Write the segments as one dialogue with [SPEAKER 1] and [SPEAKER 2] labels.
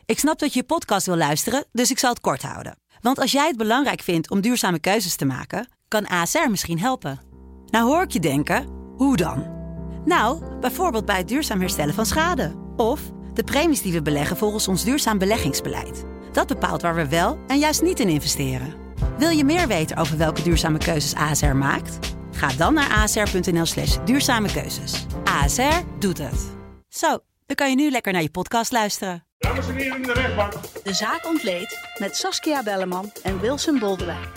[SPEAKER 1] Ik snap dat je podcast wil luisteren, dus ik zal het kort houden. Want als jij het belangrijk vindt om duurzame keuzes te maken, kan ASR misschien helpen. Nou hoor ik je denken, hoe dan? Nou, bijvoorbeeld bij het duurzaam herstellen van schade. Of de premies die we beleggen volgens ons duurzaam beleggingsbeleid. Dat bepaalt waar we wel en juist niet in investeren. Wil je meer weten over welke duurzame keuzes ASR maakt? Ga dan naar asr.nl/duurzame keuzes. ASR doet het. Zo, dan kan je nu lekker naar je podcast luisteren.
[SPEAKER 2] Dames en heren in de rechtbank.
[SPEAKER 3] De zaak ontleed met Saskia Belleman en Wilson Boldewijn.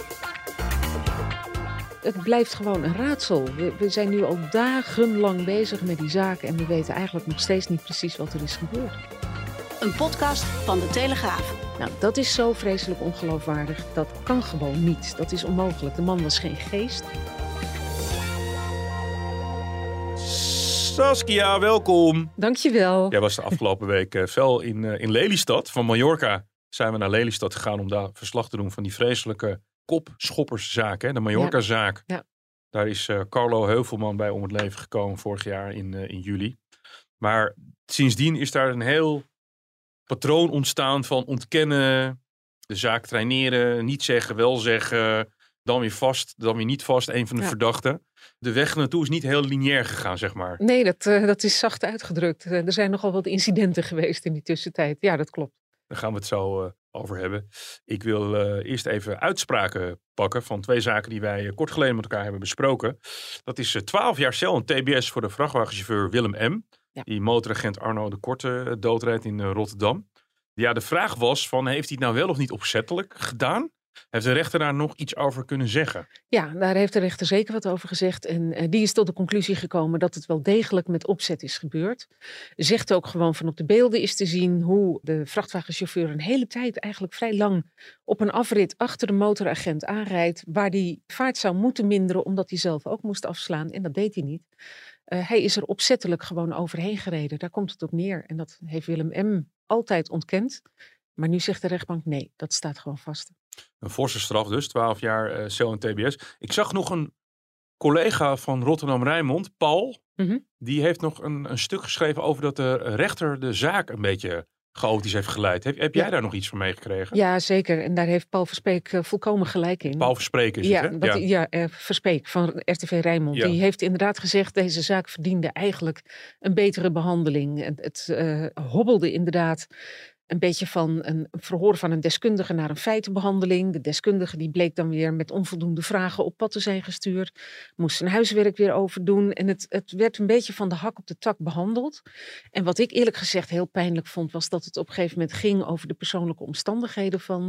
[SPEAKER 4] Het blijft gewoon een raadsel. We zijn nu al dagenlang bezig met die zaak en we weten eigenlijk nog steeds niet precies wat er is gebeurd.
[SPEAKER 3] Een podcast van De Telegraaf.
[SPEAKER 4] Nou, dat is zo vreselijk ongeloofwaardig. Dat kan gewoon niet. Dat is onmogelijk. De man was geen geest.
[SPEAKER 2] Saskia, welkom.
[SPEAKER 4] Dankjewel.
[SPEAKER 2] Jij was de afgelopen week fel in Lelystad. Van Mallorca zijn we naar Lelystad gegaan om daar verslag te doen van die vreselijke kopschopperszaak, hè? De Mallorca-zaak.
[SPEAKER 4] Ja.
[SPEAKER 2] Daar is Carlo Heuvelman bij om het leven gekomen vorig jaar in juli. Maar sindsdien is daar een heel patroon ontstaan van ontkennen, de zaak traineren, niet zeggen, wel zeggen, dan weer vast, dan weer niet vast, een van de verdachten. De weg naartoe is niet heel lineair gegaan, zeg maar.
[SPEAKER 4] Nee, dat is zacht uitgedrukt. Er zijn nogal wat incidenten geweest in die tussentijd. Ja, dat klopt.
[SPEAKER 2] Daar gaan we het zo over hebben. Ik wil eerst even uitspraken pakken van 2 zaken die wij kort geleden met elkaar hebben besproken. Dat is 12 jaar cel en TBS voor de vrachtwagenchauffeur Willem M. Ja. Die motoragent Arno de Korte doodrijdt in Rotterdam. Ja, de vraag was van, heeft hij het nou wel of niet opzettelijk gedaan? Heeft de rechter daar nog iets over kunnen zeggen?
[SPEAKER 4] Ja, daar heeft de rechter zeker wat over gezegd. En die is tot de conclusie gekomen dat het wel degelijk met opzet is gebeurd. Zegt ook gewoon van op de beelden is te zien hoe de vrachtwagenchauffeur een hele tijd eigenlijk vrij lang op een afrit achter de motoragent aanrijdt. Waar die vaart zou moeten minderen omdat hij zelf ook moest afslaan. En dat deed hij niet. Hij is er opzettelijk gewoon overheen gereden. Daar komt het op neer. En dat heeft Willem M. altijd ontkend. Maar nu zegt de rechtbank nee, dat staat gewoon vast.
[SPEAKER 2] Een forse straf dus, 12 jaar cel en TBS. Ik zag nog een collega van Rotterdam-Rijnmond, Paul. Mm-hmm. Die heeft nog een stuk geschreven over dat de rechter de zaak een beetje chaotisch heeft geleid. Heb jij daar nog iets van meegekregen?
[SPEAKER 4] Ja, zeker. En daar heeft Paul Verspeek volkomen gelijk in.
[SPEAKER 2] Paul Verspeek is het, hè?
[SPEAKER 4] Verspeek van RTV Rijnmond. Ja. Die heeft inderdaad gezegd, deze zaak verdiende eigenlijk een betere behandeling. Het hobbelde inderdaad een beetje van een verhoor van een deskundige naar een feitenbehandeling. De deskundige die bleek dan weer met onvoldoende vragen op pad te zijn gestuurd. Moest zijn huiswerk weer overdoen. En het werd een beetje van de hak op de tak behandeld. En wat ik eerlijk gezegd heel pijnlijk vond, was dat het op een gegeven moment ging over de persoonlijke omstandigheden van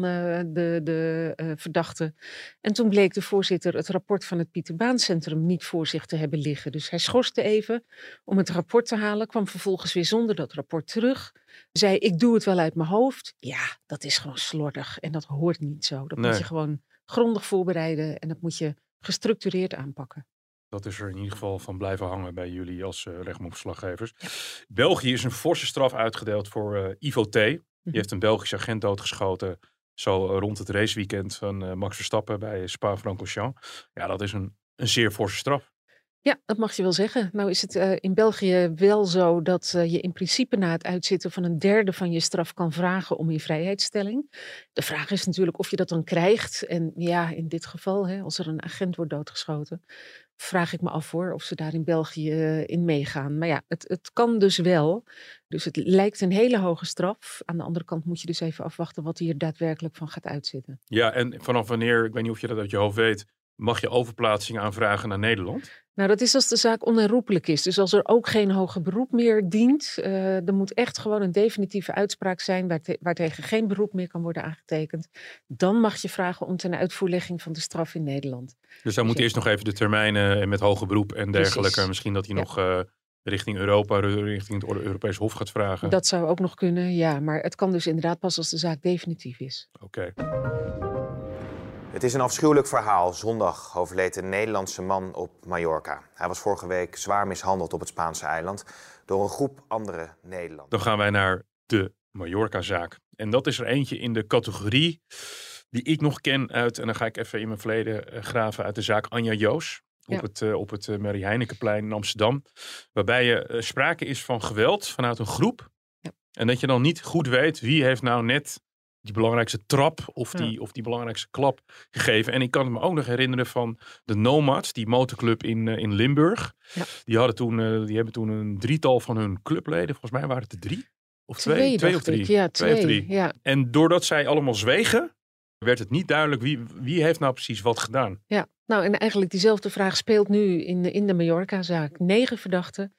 [SPEAKER 4] de verdachte. En toen bleek de voorzitter het rapport van het Pieter Baan Centrum niet voor zich te hebben liggen. Dus hij schorste even om het rapport te halen. Kwam vervolgens weer zonder dat rapport terug. Zei, ik doe het wel uit mijn hoofd. Ja, dat is gewoon slordig en dat hoort niet zo. Dat moet je gewoon grondig voorbereiden en dat moet je gestructureerd aanpakken.
[SPEAKER 2] Dat is er in ieder geval van blijven hangen bij jullie als rechtbankverslaggevers. Ja. België is een forse straf uitgedeeld voor Ivo T. Die heeft een Belgische agent doodgeschoten zo rond het raceweekend van Max Verstappen bij Spa-Francorchamps. Ja, dat is een zeer forse straf.
[SPEAKER 4] Ja, dat mag je wel zeggen. Nou is het in België wel zo dat je in principe na het uitzitten van een derde van je straf kan vragen om in vrijheidsstelling. De vraag is natuurlijk of je dat dan krijgt. En ja, in dit geval, als er een agent wordt doodgeschoten, vraag ik me af hoor of ze daar in België in meegaan. Maar ja, het kan dus wel. Dus het lijkt een hele hoge straf. Aan de andere kant moet je dus even afwachten wat hier daadwerkelijk van gaat uitzitten.
[SPEAKER 2] Ja, en vanaf wanneer, ik weet niet of je dat uit je hoofd weet, mag je overplaatsing aanvragen naar Nederland?
[SPEAKER 4] Nou, dat is als de zaak onherroepelijk is. Dus als er ook geen hoger beroep meer dient, er moet echt gewoon een definitieve uitspraak zijn waartegen geen beroep meer kan worden aangetekend. Dan mag je vragen om ten uitvoerlegging van de straf in Nederland.
[SPEAKER 2] Dus dan moet eerst nog even de termijnen met hoger beroep en dergelijke. Precies. Misschien dat hij nog richting Europa, richting het Europees Hof gaat vragen.
[SPEAKER 4] Dat zou ook nog kunnen, ja. Maar het kan dus inderdaad pas als de zaak definitief is.
[SPEAKER 2] Oké.
[SPEAKER 5] Het is een afschuwelijk verhaal. Zondag overleed een Nederlandse man op Mallorca. Hij was vorige week zwaar mishandeld op het Spaanse eiland door een groep andere Nederlanders.
[SPEAKER 2] Dan gaan wij naar de Mallorca-zaak. En dat is er eentje in de categorie die ik nog ken uit, en dan ga ik even in mijn verleden graven, uit de zaak Anja Joos. Op het Marie Heinekenplein in Amsterdam. Waarbij sprake is van geweld vanuit een groep En dat je dan niet goed weet wie heeft nou net die belangrijkste trap of die belangrijkste klap gegeven. En ik kan me ook nog herinneren van de Nomads, die motorclub in Limburg. Ja. Die hebben toen een drietal van hun clubleden, volgens mij waren het er 3 of 2 of 3.
[SPEAKER 4] Ja, 2 of 3. Ja.
[SPEAKER 2] En doordat zij allemaal zwegen, werd het niet duidelijk wie heeft nou precies wat gedaan.
[SPEAKER 4] Ja, nou en eigenlijk diezelfde vraag speelt nu in de Mallorca-zaak. 9 verdachten.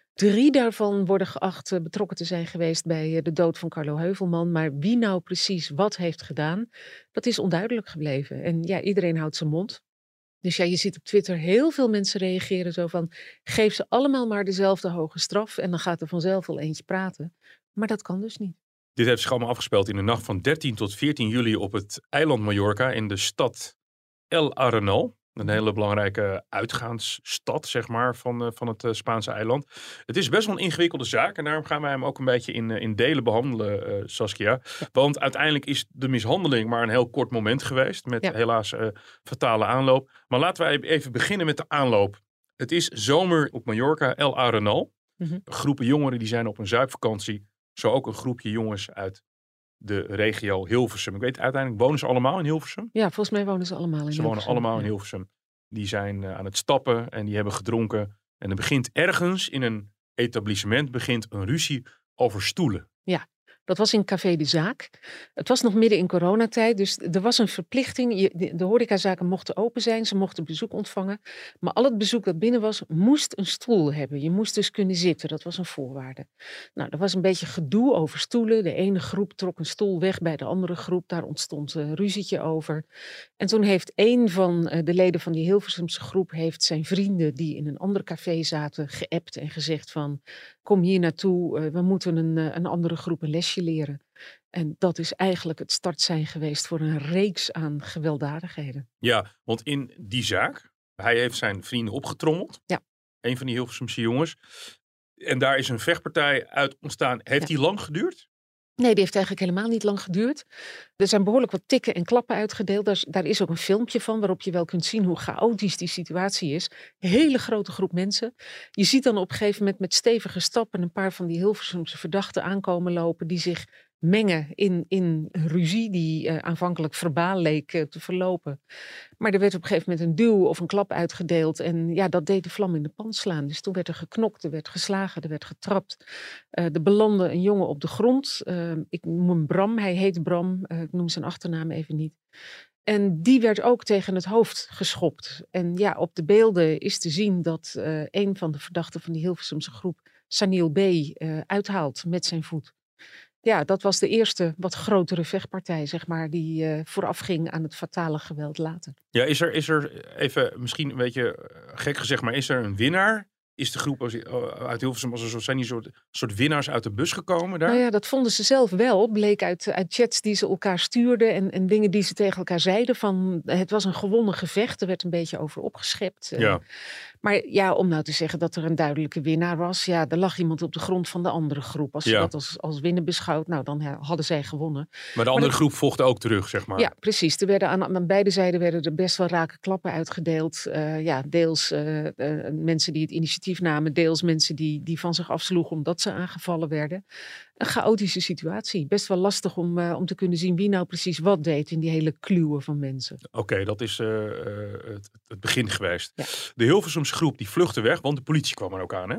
[SPEAKER 4] 3 daarvan worden geacht betrokken te zijn geweest bij de dood van Carlo Heuvelman. Maar wie nou precies wat heeft gedaan, dat is onduidelijk gebleven. En ja, iedereen houdt zijn mond. Dus ja, je ziet op Twitter heel veel mensen reageren zo van, geef ze allemaal maar dezelfde hoge straf en dan gaat er vanzelf wel eentje praten. Maar dat kan dus niet.
[SPEAKER 2] Dit heeft zich allemaal afgespeeld in de nacht van 13 tot 14 juli op het eiland Mallorca in de stad El Arenal. Een hele belangrijke uitgaansstad, zeg maar, van het Spaanse eiland. Het is best wel een ingewikkelde zaak en daarom gaan wij hem ook een beetje in delen behandelen, Saskia. Ja. Want uiteindelijk is de mishandeling maar een heel kort moment geweest met helaas fatale aanloop. Maar laten wij even beginnen met de aanloop. Het is zomer op Mallorca, El Arenal. Mm-hmm. Groepen jongeren die zijn op een zuipvakantie. Zo ook een groepje jongens uit de regio Hilversum. Ik weet uiteindelijk, wonen ze allemaal in Hilversum?
[SPEAKER 4] Ja, volgens mij wonen ze allemaal in Hilversum.
[SPEAKER 2] Ze wonen allemaal in Hilversum. Die zijn aan het stappen en die hebben gedronken. En er begint ergens in een etablissement een ruzie over stoelen.
[SPEAKER 4] Ja, dat was in Café de Zaak. Het was nog midden in coronatijd, dus er was een verplichting. De horecazaken mochten open zijn, ze mochten bezoek ontvangen. Maar al het bezoek dat binnen was, moest een stoel hebben. Je moest dus kunnen zitten, dat was een voorwaarde. Nou, er was een beetje gedoe over stoelen. De ene groep trok een stoel weg bij de andere groep. Daar ontstond een ruzietje over. En toen heeft een van de leden van die Hilversumse groep heeft zijn vrienden die in een ander café zaten geappt en gezegd van, kom hier naartoe, we moeten een andere groep een lesje leren. En dat is eigenlijk het startsein geweest voor een reeks aan gewelddadigheden.
[SPEAKER 2] Ja, want in die zaak, hij heeft zijn vrienden opgetrommeld. Ja. Een van die Hilversumse jongens. En daar is een vechtpartij uit ontstaan. Heeft die lang geduurd?
[SPEAKER 4] Nee, die heeft eigenlijk helemaal niet lang geduurd. Er zijn behoorlijk wat tikken en klappen uitgedeeld. Daar is ook een filmpje van waarop je wel kunt zien hoe chaotisch die situatie is. Een hele grote groep mensen. Je ziet dan op een gegeven moment met stevige stappen een paar van die Hilversumse verdachten aankomen lopen die zich mengen in een ruzie die aanvankelijk verbaal leek te verlopen. Maar er werd op een gegeven moment een duw of een klap uitgedeeld en ja, dat deed de vlam in de pan slaan. Dus toen werd er geknokt, er werd geslagen, er werd getrapt. Er belandde een jongen op de grond. Ik noem hem Bram, hij heet Bram, ik noem zijn achternaam even niet. En die werd ook tegen het hoofd geschopt. En ja, op de beelden is te zien dat een van de verdachten van die Hilversumse groep, Sanil B., uithaalt met zijn voet. Ja, dat was de eerste wat grotere vechtpartij, zeg maar, die vooraf ging aan het fatale geweld later.
[SPEAKER 2] Ja, is er even, misschien een beetje gek gezegd, maar is er een winnaar? Is de groep uit Hilversum, zijn die soort winnaars uit de bus gekomen daar?
[SPEAKER 4] Nou ja, dat vonden ze zelf wel. Bleek uit chats die ze elkaar stuurden en dingen die ze tegen elkaar zeiden. Van, het was een gewonnen gevecht, er werd een beetje over opgeschept.
[SPEAKER 2] Ja.
[SPEAKER 4] Maar ja, om nou te zeggen dat er een duidelijke winnaar was. Ja, er lag iemand op de grond van de andere groep. Als je dat als winnen beschouwt, nou dan hadden zij gewonnen.
[SPEAKER 2] Maar de andere groep vocht ook terug, zeg maar.
[SPEAKER 4] Ja, precies. Er werden aan beide zijden werden er best wel rake klappen uitgedeeld. Deels mensen die het initiatief namen, deels mensen die van zich afsloegen omdat ze aangevallen werden. Een chaotische situatie. Best wel lastig om te kunnen zien wie nou precies wat deed in die hele kluwen van mensen.
[SPEAKER 2] Oké, dat is het begin geweest. Ja. De Hilversumse groep die vluchtte weg, want de politie kwam er ook aan, hè?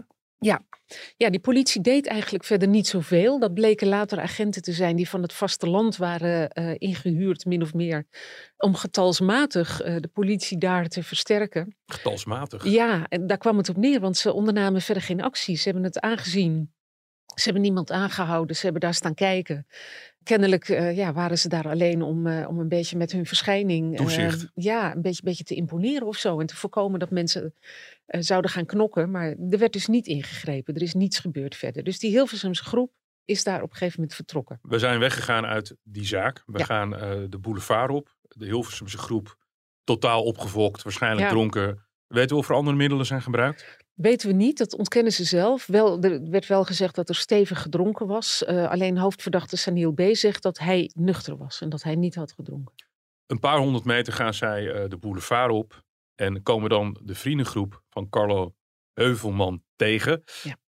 [SPEAKER 4] Ja, die politie deed eigenlijk verder niet zoveel. Dat bleken later agenten te zijn die van het vasteland waren ingehuurd, min of meer, om getalsmatig de politie daar te versterken.
[SPEAKER 2] Getalsmatig?
[SPEAKER 4] Ja, en daar kwam het op neer, want ze ondernamen verder geen acties. Ze hebben het aangezien. Ze hebben niemand aangehouden, ze hebben daar staan kijken. Kennelijk waren ze daar alleen om een beetje met hun verschijning een beetje te imponeren of zo. En te voorkomen dat mensen zouden gaan knokken. Maar er werd dus niet ingegrepen. Er is niets gebeurd verder. Dus die Hilversumse groep is daar op een gegeven moment vertrokken.
[SPEAKER 2] We zijn weggegaan uit die zaak. We gaan de boulevard op. De Hilversumse groep totaal opgefokt, waarschijnlijk dronken. Weten we of er andere middelen zijn gebruikt?
[SPEAKER 4] Weten we niet, dat ontkennen ze zelf. Er werd wel gezegd dat er stevig gedronken was. Alleen hoofdverdachte Sanil B. zegt dat hij nuchter was en dat hij niet had gedronken.
[SPEAKER 2] Een paar 100 meter gaan zij de boulevard op en komen dan de vriendengroep van Carlo Heuvelman tegen. Ja.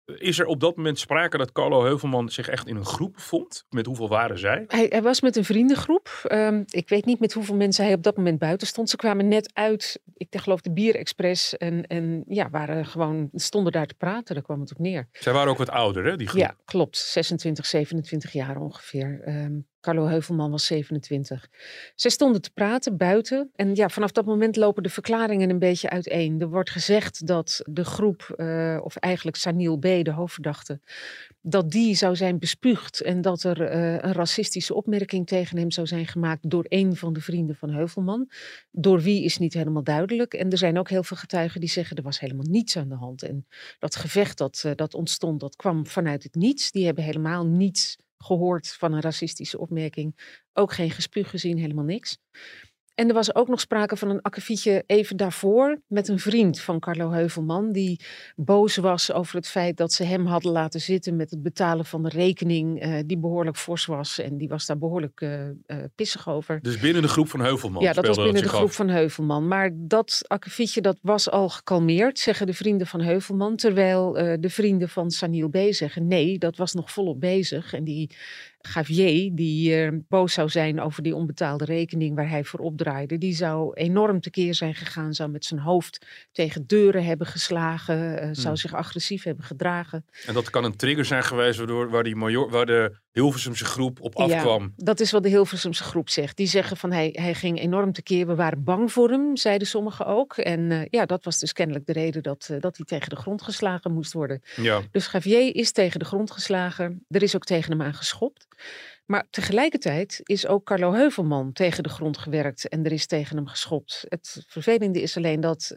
[SPEAKER 2] Is er op dat moment sprake dat Carlo Heuvelman zich echt in een groep bevond? Met hoeveel waren zij?
[SPEAKER 4] Hij was met een vriendengroep. Ik weet niet met hoeveel mensen hij op dat moment buiten stond. Ze kwamen net uit, ik geloof de Bierexpress. En stonden daar te praten. Daar kwam het op neer.
[SPEAKER 2] Zij waren ook wat ouder, hè, die groep?
[SPEAKER 4] Ja, klopt. 26, 27 jaar ongeveer. Carlo Heuvelman was 27. Zij stonden te praten buiten. En ja, vanaf dat moment lopen de verklaringen een beetje uiteen. Er wordt gezegd dat de groep, of eigenlijk Sanil B., de hoofdverdachte, dat die zou zijn bespuugd. En dat er een racistische opmerking tegen hem zou zijn gemaakt door een van de vrienden van Heuvelman. Door wie is niet helemaal duidelijk. En er zijn ook heel veel getuigen die zeggen er was helemaal niets aan de hand. En dat gevecht dat ontstond, dat kwam vanuit het niets. Die hebben helemaal niets gehoord van een racistische opmerking. Ook geen gespuug gezien, helemaal niks. En er was ook nog sprake van een akkefietje even daarvoor met een vriend van Carlo Heuvelman, die boos was over het feit dat ze hem hadden laten zitten met het betalen van de rekening die behoorlijk fors was. En die was daar behoorlijk pissig over.
[SPEAKER 2] Dus binnen de groep van Heuvelman?
[SPEAKER 4] Ja, dat was binnen de groep van Heuvelman. Maar dat akkefietje dat was al gekalmeerd, zeggen de vrienden van Heuvelman. Terwijl de vrienden van Sanil B. zeggen nee, dat was nog volop bezig. En die Javier, die boos zou zijn over die onbetaalde rekening waar hij voor opdraaide, die zou enorm tekeer zijn gegaan, zou met zijn hoofd tegen deuren hebben geslagen, zou zich agressief hebben gedragen.
[SPEAKER 2] En dat kan een trigger zijn geweest waar de Hilversumse groep op afkwam.
[SPEAKER 4] Ja, dat is wat de Hilversumse groep zegt. Die zeggen van hij ging enorm tekeer, we waren bang voor hem, zeiden sommigen ook. En dat was dus kennelijk de reden dat hij tegen de grond geslagen moest worden.
[SPEAKER 2] Ja.
[SPEAKER 4] Dus Javier is tegen de grond geslagen. Er is ook tegen hem aangeschopt. Maar tegelijkertijd is ook Carlo Heuvelman tegen de grond gewerkt en er is tegen hem geschopt. Het vervelende is alleen dat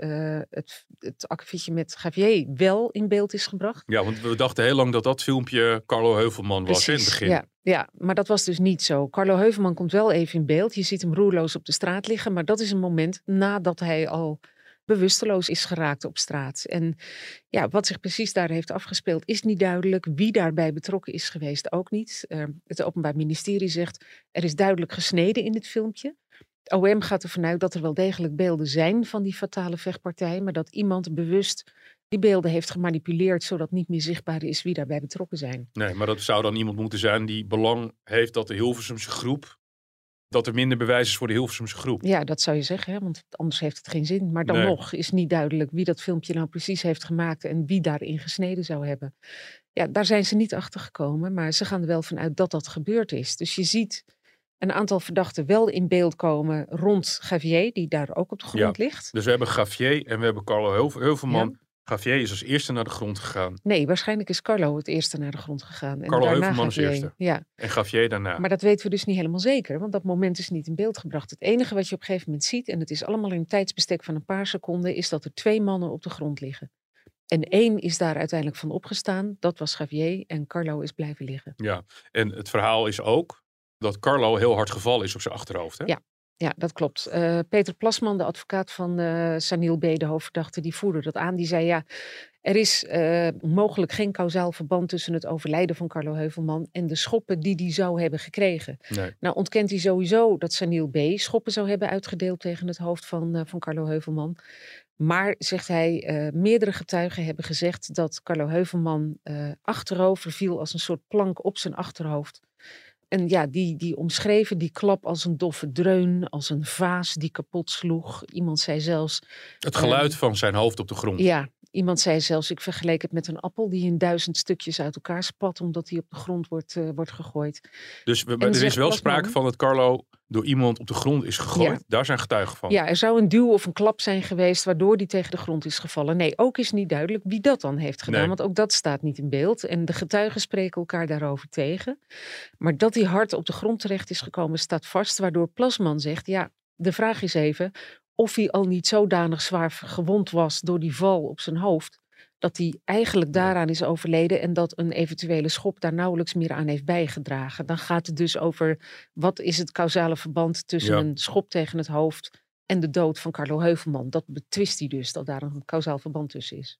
[SPEAKER 4] het akkefietje met Javier wel in beeld is gebracht.
[SPEAKER 2] Ja, want we dachten heel lang dat filmpje Carlo Heuvelman was in het begin.
[SPEAKER 4] Ja, maar dat was dus niet zo. Carlo Heuvelman komt wel even in beeld. Je ziet hem roerloos op de straat liggen, maar dat is een moment nadat hij al bewusteloos is geraakt op straat. En ja, wat zich precies daar heeft afgespeeld is niet duidelijk. Wie daarbij betrokken is geweest ook niet. Het Openbaar Ministerie zegt er is duidelijk gesneden in het filmpje. OM gaat ervan uit dat er wel degelijk beelden zijn van die fatale vechtpartij, maar dat iemand bewust die beelden heeft gemanipuleerd zodat niet meer zichtbaar is wie daarbij betrokken zijn.
[SPEAKER 2] Nee, maar dat zou dan iemand moeten zijn die belang heeft dat de Hilversumse groep, dat er minder bewijs is voor de Hilversumse groep.
[SPEAKER 4] Ja, dat zou je zeggen, hè? Want anders heeft het geen zin. Maar dan nog is niet duidelijk wie dat filmpje nou precies heeft gemaakt en wie daarin gesneden zou hebben. Ja, daar zijn ze niet achter gekomen, maar ze gaan er wel vanuit dat dat gebeurd is. Dus je ziet een aantal verdachten wel in beeld komen rond Javier, die daar ook op de grond ligt.
[SPEAKER 2] Dus we hebben Javier en we hebben Carlo Heuvelman. Ja. Javier is als eerste naar de grond gegaan.
[SPEAKER 4] Nee, waarschijnlijk is Carlo het eerste naar de grond gegaan. En
[SPEAKER 2] Carlo
[SPEAKER 4] daarna
[SPEAKER 2] Heuvelman als eerste.
[SPEAKER 4] Ja.
[SPEAKER 2] En Javier daarna.
[SPEAKER 4] Maar dat weten we dus niet helemaal zeker, want dat moment is niet in beeld gebracht. Het enige wat je op een gegeven moment ziet, en het is allemaal in een tijdsbestek van een paar seconden, is dat er 2 mannen op de grond liggen. En 1 is daar uiteindelijk van opgestaan, dat was Javier, en Carlo is blijven liggen.
[SPEAKER 2] Ja, en het verhaal is ook dat Carlo heel hard gevallen is op zijn achterhoofd, hè?
[SPEAKER 4] Ja, dat klopt. Peter Plasman, de advocaat van Sanil B., de hoofdverdachte, die voerde dat aan. Die zei ja, er is mogelijk geen kausaal verband tussen het overlijden van Carlo Heuvelman en de schoppen die hij zou hebben gekregen.
[SPEAKER 2] Nee.
[SPEAKER 4] Nou ontkent hij sowieso dat Sanil B. schoppen zou hebben uitgedeeld tegen het hoofd van Carlo Heuvelman. Maar, zegt hij, meerdere getuigen hebben gezegd dat Carlo Heuvelman achterover viel als een soort plank op zijn achterhoofd. En ja, die omschreven die klap als een doffe dreun, als een vaas die kapot sloeg. Iemand zei zelfs...
[SPEAKER 2] Het geluid van zijn hoofd op de grond.
[SPEAKER 4] Ja, iemand zei zelfs, ik vergeleek het met een appel die in 1000 stukjes uit elkaar spat, omdat die op de grond wordt gegooid.
[SPEAKER 2] Dus er is wel sprake van dat Carlo door iemand op de grond is gegooid. Ja. Daar zijn getuigen van.
[SPEAKER 4] Ja, er zou een duw of een klap zijn geweest waardoor die tegen de grond is gevallen. Nee, ook is niet duidelijk wie dat dan heeft gedaan. Nee. Want ook dat staat niet in beeld. En de getuigen spreken elkaar daarover tegen. Maar dat hij hard op de grond terecht is gekomen staat vast. Waardoor Plasman zegt, ja, de vraag is even of hij al niet zodanig zwaar gewond was door die val op zijn hoofd, dat hij eigenlijk daaraan is overleden en dat een eventuele schop daar nauwelijks meer aan heeft bijgedragen. Dan gaat het dus over wat is het causale verband tussen een schop tegen het hoofd en de dood van Carlo Heuvelman. Dat betwist hij dus, dat daar een causaal verband tussen is.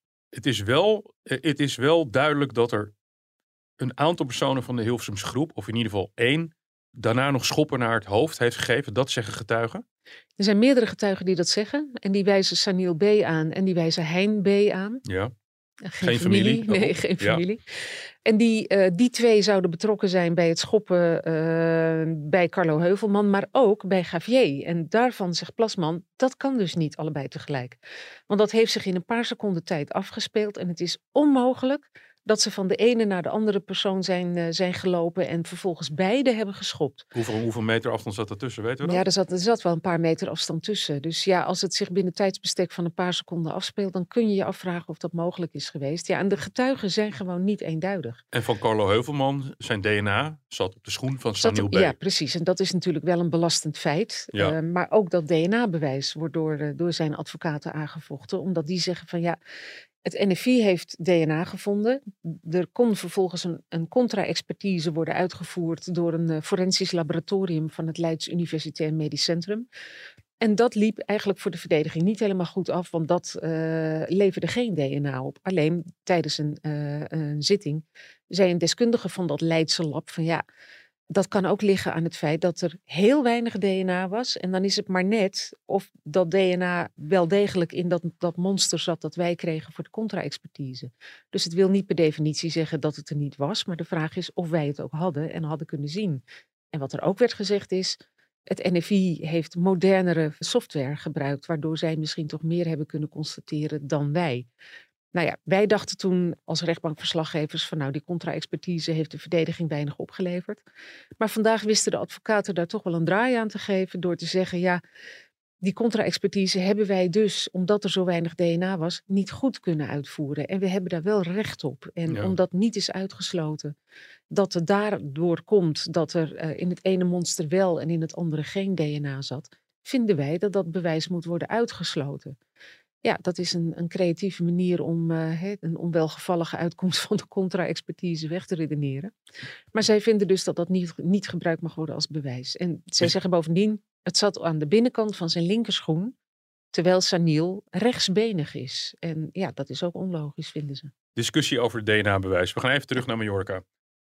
[SPEAKER 2] Het is wel duidelijk dat er een aantal personen van de Hilversumse groep, of in ieder geval 1, daarna nog schoppen naar het hoofd heeft gegeven. Dat zeggen getuigen.
[SPEAKER 4] Er zijn meerdere getuigen die dat zeggen. En die wijzen Sanil B. aan en die wijzen Hein B. aan.
[SPEAKER 2] Ja. Geen familie.
[SPEAKER 4] Nee, geen familie. Ja. En die twee zouden betrokken zijn bij het schoppen bij Carlo Heuvelman, maar ook bij Javier. En daarvan zegt Plasman, dat kan dus niet allebei tegelijk. Want dat heeft zich in een paar seconden tijd afgespeeld en het is onmogelijk dat ze van de ene naar de andere persoon zijn gelopen en vervolgens beide hebben geschopt.
[SPEAKER 2] Hoeveel meter afstand zat er tussen, weten we dat?
[SPEAKER 4] Ja, er zat wel een paar meter afstand tussen. Dus ja, als het zich binnen tijdsbestek van een paar seconden afspeelt, dan kun je je afvragen of dat mogelijk is geweest. Ja, en de getuigen zijn gewoon niet eenduidig.
[SPEAKER 2] En van Carlo Heuvelman, zijn DNA zat op de schoen van Sanil B.
[SPEAKER 4] Ja, precies. En dat is natuurlijk wel een belastend feit. Ja. Maar ook dat DNA-bewijs wordt door zijn advocaten aangevochten, omdat die zeggen van ja, het NFI heeft DNA gevonden. Er kon vervolgens een contra-expertise worden uitgevoerd door een forensisch laboratorium van het Leids Universitair Medisch Centrum. En dat liep eigenlijk voor de verdediging niet helemaal goed af, want dat leverde geen DNA op. Alleen tijdens een zitting zei een deskundige van dat Leidse lab van ja, dat kan ook liggen aan het feit dat er heel weinig DNA was. En dan is het maar net of dat DNA wel degelijk in dat monster zat dat wij kregen voor de contra-expertise. Dus het wil niet per definitie zeggen dat het er niet was. Maar de vraag is of wij het ook hadden en hadden kunnen zien. En wat er ook werd gezegd is, het NFI heeft modernere software gebruikt, waardoor zij misschien toch meer hebben kunnen constateren dan wij. Nou ja, wij dachten toen als rechtbankverslaggevers van nou, die contra-expertise heeft de verdediging weinig opgeleverd. Maar vandaag wisten de advocaten daar toch wel een draai aan te geven door te zeggen ja, die contra-expertise hebben wij dus, omdat er zo weinig DNA was, niet goed kunnen uitvoeren. En we hebben daar wel recht op. En omdat niet is uitgesloten dat het daardoor komt dat er in het ene monster wel en in het andere geen DNA zat, vinden wij dat dat bewijs moet worden uitgesloten. Ja, dat is een creatieve manier om een onwelgevallige uitkomst van de contra-expertise weg te redeneren. Maar zij vinden dus dat dat niet gebruikt mag worden als bewijs. En zij zeggen bovendien, het zat aan de binnenkant van zijn linkerschoen, terwijl Sanil rechtsbenig is. En ja, dat is ook onlogisch, vinden ze.
[SPEAKER 2] Discussie over het DNA-bewijs. We gaan even terug naar Mallorca.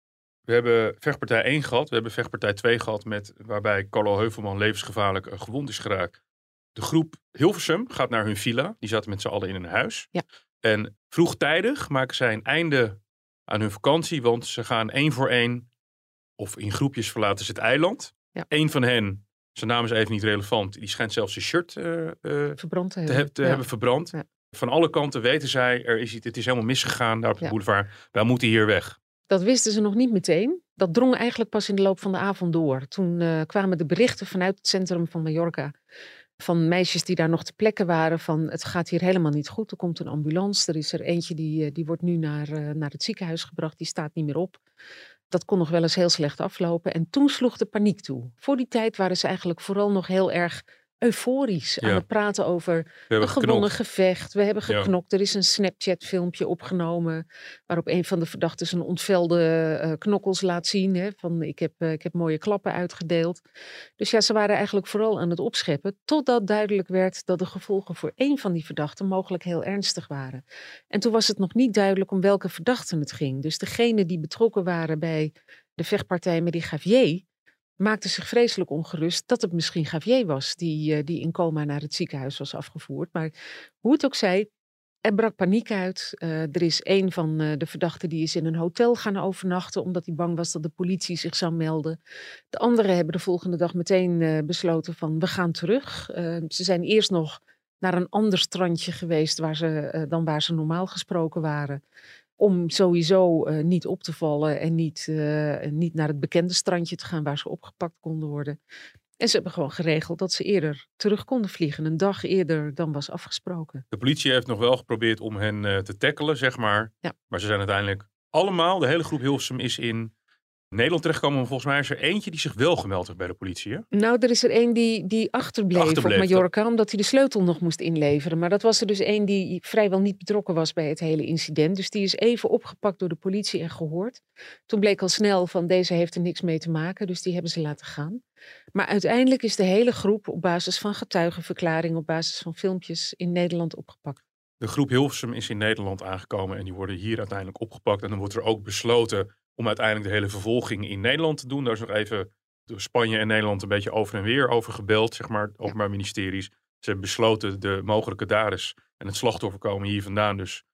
[SPEAKER 2] We hebben vechtpartij 1 gehad, we hebben vechtpartij 2 gehad, waarbij Carlo Heuvelman levensgevaarlijk gewond is geraakt. De groep Hilversum gaat naar hun villa. Die zaten met z'n allen in een huis.
[SPEAKER 4] Ja.
[SPEAKER 2] En vroegtijdig maken zij een einde aan hun vakantie. Want ze gaan 1 voor 1 of in groepjes verlaten ze het eiland.
[SPEAKER 4] Ja.
[SPEAKER 2] Eén van hen, zijn naam is even niet relevant. Die schijnt zelfs zijn shirt
[SPEAKER 4] verbrand te
[SPEAKER 2] hebben verbrand. Ja. Van alle kanten weten zij, het is helemaal misgegaan daar op de boulevard. Wij moeten hier weg.
[SPEAKER 4] Dat wisten ze nog niet meteen. Dat drong eigenlijk pas in de loop van de avond door. Toen kwamen de berichten vanuit het centrum van Mallorca van meisjes die daar nog ter plekke waren van het gaat hier helemaal niet goed. Er komt een ambulance. Er is er eentje die wordt nu naar het ziekenhuis gebracht. Die staat niet meer op. Dat kon nog wel eens heel slecht aflopen. En toen sloeg de paniek toe. Voor die tijd waren ze eigenlijk vooral nog heel erg euforisch aan het praten over een gewonnen gevecht. We hebben geknokt. Er is een Snapchat filmpje opgenomen waarop een van de verdachten zijn ontvelde knokkels laat zien. Hè, van ik heb mooie klappen uitgedeeld. Dus ja, ze waren eigenlijk vooral aan het opscheppen totdat duidelijk werd dat de gevolgen voor één van die verdachten mogelijk heel ernstig waren. En toen was het nog niet duidelijk om welke verdachten het ging. Dus degene die betrokken waren bij de vechtpartij met die Javier maakte zich vreselijk ongerust dat het misschien Javier was die in coma naar het ziekenhuis was afgevoerd. Maar hoe het ook zij, er brak paniek uit. Er is een van de verdachten die is in een hotel gaan overnachten omdat hij bang was dat de politie zich zou melden. De anderen hebben de volgende dag meteen besloten van we gaan terug. Ze zijn eerst nog naar een ander strandje geweest dan waar ze normaal gesproken waren. Om sowieso niet op te vallen en niet naar het bekende strandje te gaan waar ze opgepakt konden worden. En ze hebben gewoon geregeld dat ze eerder terug konden vliegen. Een dag eerder dan was afgesproken.
[SPEAKER 2] De politie heeft nog wel geprobeerd om hen te tackelen, zeg maar.
[SPEAKER 4] Ja.
[SPEAKER 2] Maar ze zijn uiteindelijk allemaal, de hele groep Hilversum is in Nederland terechtgekomen. Maar volgens mij is er eentje die zich wel gemeld heeft bij de politie. Hè?
[SPEAKER 4] Nou, er is er één die achterbleef op Mallorca, omdat hij de sleutel nog moest inleveren. Maar dat was er dus één die vrijwel niet betrokken was bij het hele incident. Dus die is even opgepakt door de politie en gehoord. Toen bleek al snel van deze heeft er niks mee te maken. Dus die hebben ze laten gaan. Maar uiteindelijk is de hele groep op basis van getuigenverklaringen, op basis van filmpjes in Nederland opgepakt.
[SPEAKER 2] De groep Hilversum is in Nederland aangekomen en die worden hier uiteindelijk opgepakt. En dan wordt er ook besloten om uiteindelijk de hele vervolging in Nederland te doen. Daar is nog even door Spanje en Nederland een beetje over en weer over gebeld, zeg maar, openbaar ministeries. Ze hebben besloten de mogelijke daders en het slachtoffer komen hier vandaan. Dus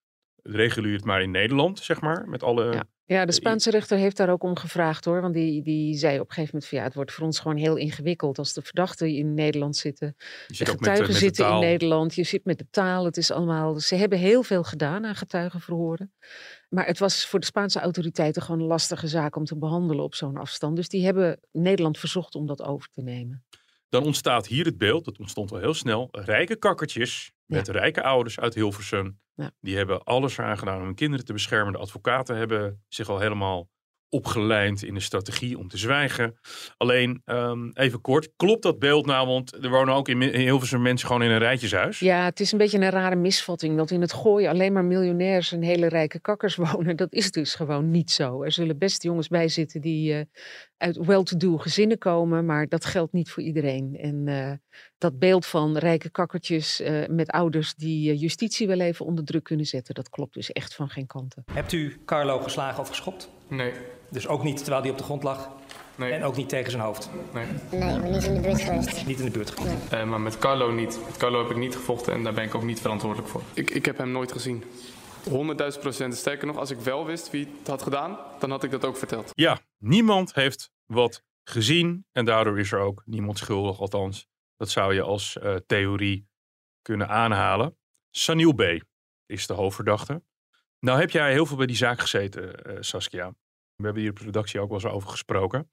[SPEAKER 2] Reguleer het maar in Nederland, zeg maar, met alle...
[SPEAKER 4] Ja, de Spaanse rechter heeft daar ook om gevraagd hoor. Want die zei op een gegeven moment van het wordt voor ons gewoon heel ingewikkeld als de verdachten in Nederland zitten. De getuigen zitten in Nederland. Je zit met de taal. Het is allemaal. Ze hebben heel veel gedaan aan getuigenverhoren. Maar het was voor de Spaanse autoriteiten gewoon een lastige zaak om te behandelen op zo'n afstand. Dus die hebben Nederland verzocht om dat over te nemen.
[SPEAKER 2] Dan ontstaat hier het beeld, dat ontstond al heel snel, rijke kakkertjes met rijke ouders uit Hilversum. Ja. Die hebben alles eraan gedaan om hun kinderen te beschermen. De advocaten hebben zich al helemaal opgelijnd in de strategie om te zwijgen. Alleen, even kort, klopt dat beeld nou? Want er wonen ook in Hilversum mensen gewoon in een rijtjeshuis. Ja,
[SPEAKER 4] het is een beetje een rare misvatting dat in het Gooi alleen maar miljonairs en hele rijke kakkers wonen. Dat is dus gewoon niet zo. Er zullen best jongens bij zitten die uit well-to-do gezinnen komen, maar dat geldt niet voor iedereen. En dat beeld van rijke kakkertjes met ouders die justitie wel even onder druk kunnen zetten, dat klopt dus echt van geen kanten.
[SPEAKER 6] Hebt u Carlo geslagen of geschopt?
[SPEAKER 7] Nee.
[SPEAKER 6] Dus ook niet terwijl hij op de grond lag?
[SPEAKER 7] Nee.
[SPEAKER 6] En ook niet tegen zijn hoofd?
[SPEAKER 7] Nee.
[SPEAKER 8] Nee, ik ben niet in de buurt geweest.
[SPEAKER 6] Niet in de buurt geweest?
[SPEAKER 7] Nee. Maar met Carlo niet. Met Carlo heb ik niet gevochten en daar ben ik ook niet verantwoordelijk voor. Ik heb hem nooit gezien. 100.000%. Sterker nog, als ik wel wist wie het had gedaan, dan had ik dat ook verteld.
[SPEAKER 2] Ja, niemand heeft wat gezien en daardoor is er ook niemand schuldig. Althans, dat zou je als theorie kunnen aanhalen. Sanil B. is de hoofdverdachte. Nou heb jij heel veel bij die zaak gezeten, Saskia. We hebben hier op de redactie ook wel eens over gesproken.